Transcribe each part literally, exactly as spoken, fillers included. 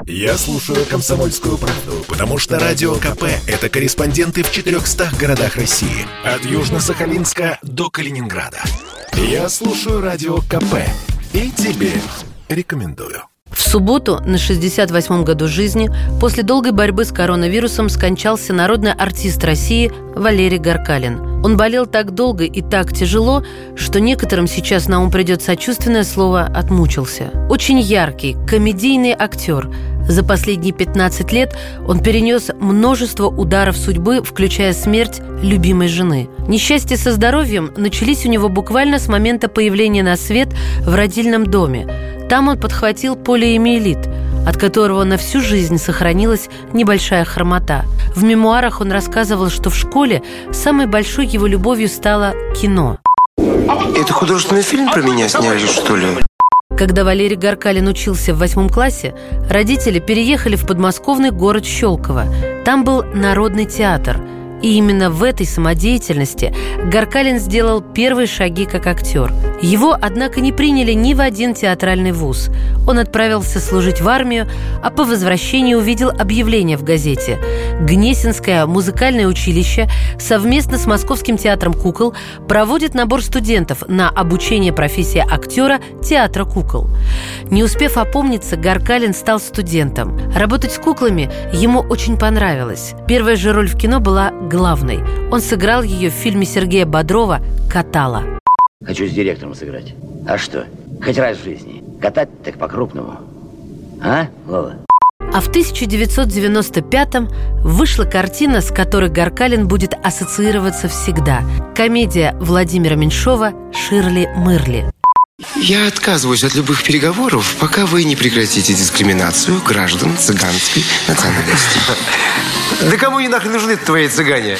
Я слушаю «Комсомольскую правду», потому что Радио КП – это корреспонденты в четырехстах городах России. От Южно-Сахалинска до Калининграда. Я слушаю Радио КП и тебе рекомендую. В субботу, на шестьдесят восьмом году жизни, после долгой борьбы с коронавирусом скончался народный артист России Валерий Гаркалин. Он болел так долго и так тяжело, что некоторым сейчас на ум придет сочувственное слово «отмучился». Очень яркий, комедийный актер. За последние пятнадцать лет он перенес множество ударов судьбы, включая смерть любимой жены. Несчастья со здоровьем начались у него буквально с момента появления на свет в родильном доме. Там он подхватил полиомиелит, от которого на всю жизнь сохранилась небольшая хромота. В мемуарах он рассказывал, что в школе самой большой его любовью стало кино. Это художественный фильм про меня сняли, что ли? Когда Валерий Гаркалин учился в восьмом классе, родители переехали в подмосковный город Щелково. Там был Народный театр. И именно в этой самодеятельности Гаркалин сделал первые шаги как актер. Его, однако, не приняли ни в один театральный вуз. Он отправился служить в армию, а по возвращении увидел объявление в газете. Гнесинское музыкальное училище совместно с Московским театром кукол проводит набор студентов на обучение профессии актера театра кукол. Не успев опомниться, Гаркалин стал студентом. Работать с куклами ему очень понравилось. Первая же роль в кино была главной. Он сыграл ее в фильме Сергея Бодрова «Катала». Хочу с директором сыграть. А что? Хоть раз в жизни. Катать так по-крупному. А, Лола? А в тысяча девятьсот девяносто пятом вышла картина, с которой Гаркалин будет ассоциироваться всегда. Комедия Владимира Меньшова «Ширли-мырли». Я отказываюсь от любых переговоров, пока вы не прекратите дискриминацию граждан цыганской национальности. Да кому не нахрен нужны твои цыгане?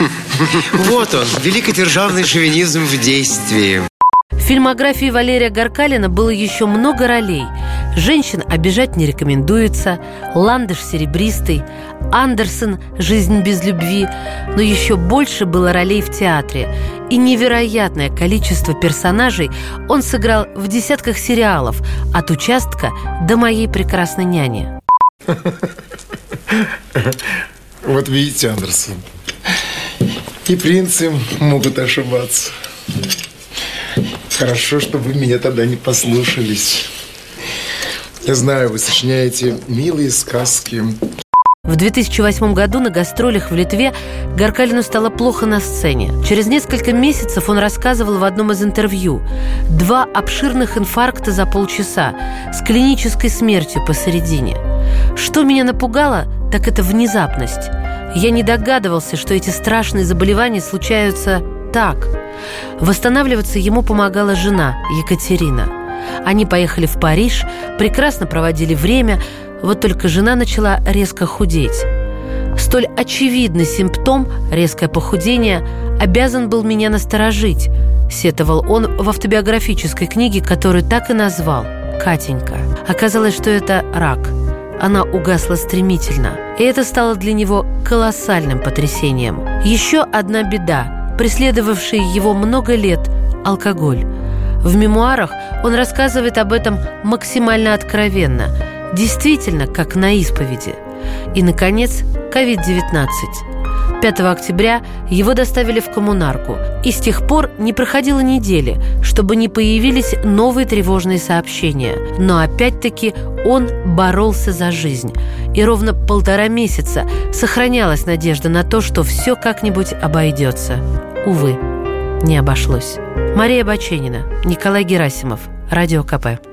Вот он, великодержавный шовинизм в действии. В фильмографии Валерия Гаркалина было еще много ролей. «Женщин обижать не рекомендуется», «Ландыш серебристый», «Андерсон. Жизнь без любви». Но еще больше было ролей в театре. И невероятное количество персонажей он сыграл в десятках сериалов, от «Участка» до «Моей прекрасной няни». Вот видите, Андерсон, и принцы могут ошибаться. Хорошо, что вы меня тогда не послушались. Я знаю, вы сочиняете милые сказки. В две тысячи восьмом году на гастролях в Литве Гаркалину стало плохо на сцене. Через несколько месяцев он рассказывал в одном из интервью: «Два обширных инфаркта за полчаса, с клинической смертью посередине. Что меня напугало, так это внезапность. Я не догадывался, что эти страшные заболевания случаются так». Восстанавливаться ему помогала жена Екатерина. Они поехали в Париж, прекрасно проводили время, вот только жена начала резко худеть. Столь очевидный симптом, резкое похудение, обязан был меня насторожить, сетовал он в автобиографической книге, которую так и назвал «Катенька». Оказалось, что это рак. Она угасла стремительно, и это стало для него колоссальным потрясением. Еще одна беда, преследовавшая его много лет – алкоголь. В мемуарах он рассказывает об этом максимально откровенно, действительно, как на исповеди. И, наконец, ковид девятнадцать. пятого октября его доставили в коммунарку, и с тех пор не проходило недели, чтобы не появились новые тревожные сообщения. Но опять-таки он боролся за жизнь. И ровно полтора месяца сохранялась надежда на то, что все как-нибудь обойдется. Увы, не обошлось. Мария Баченина, Николай Герасимов, Радио КП.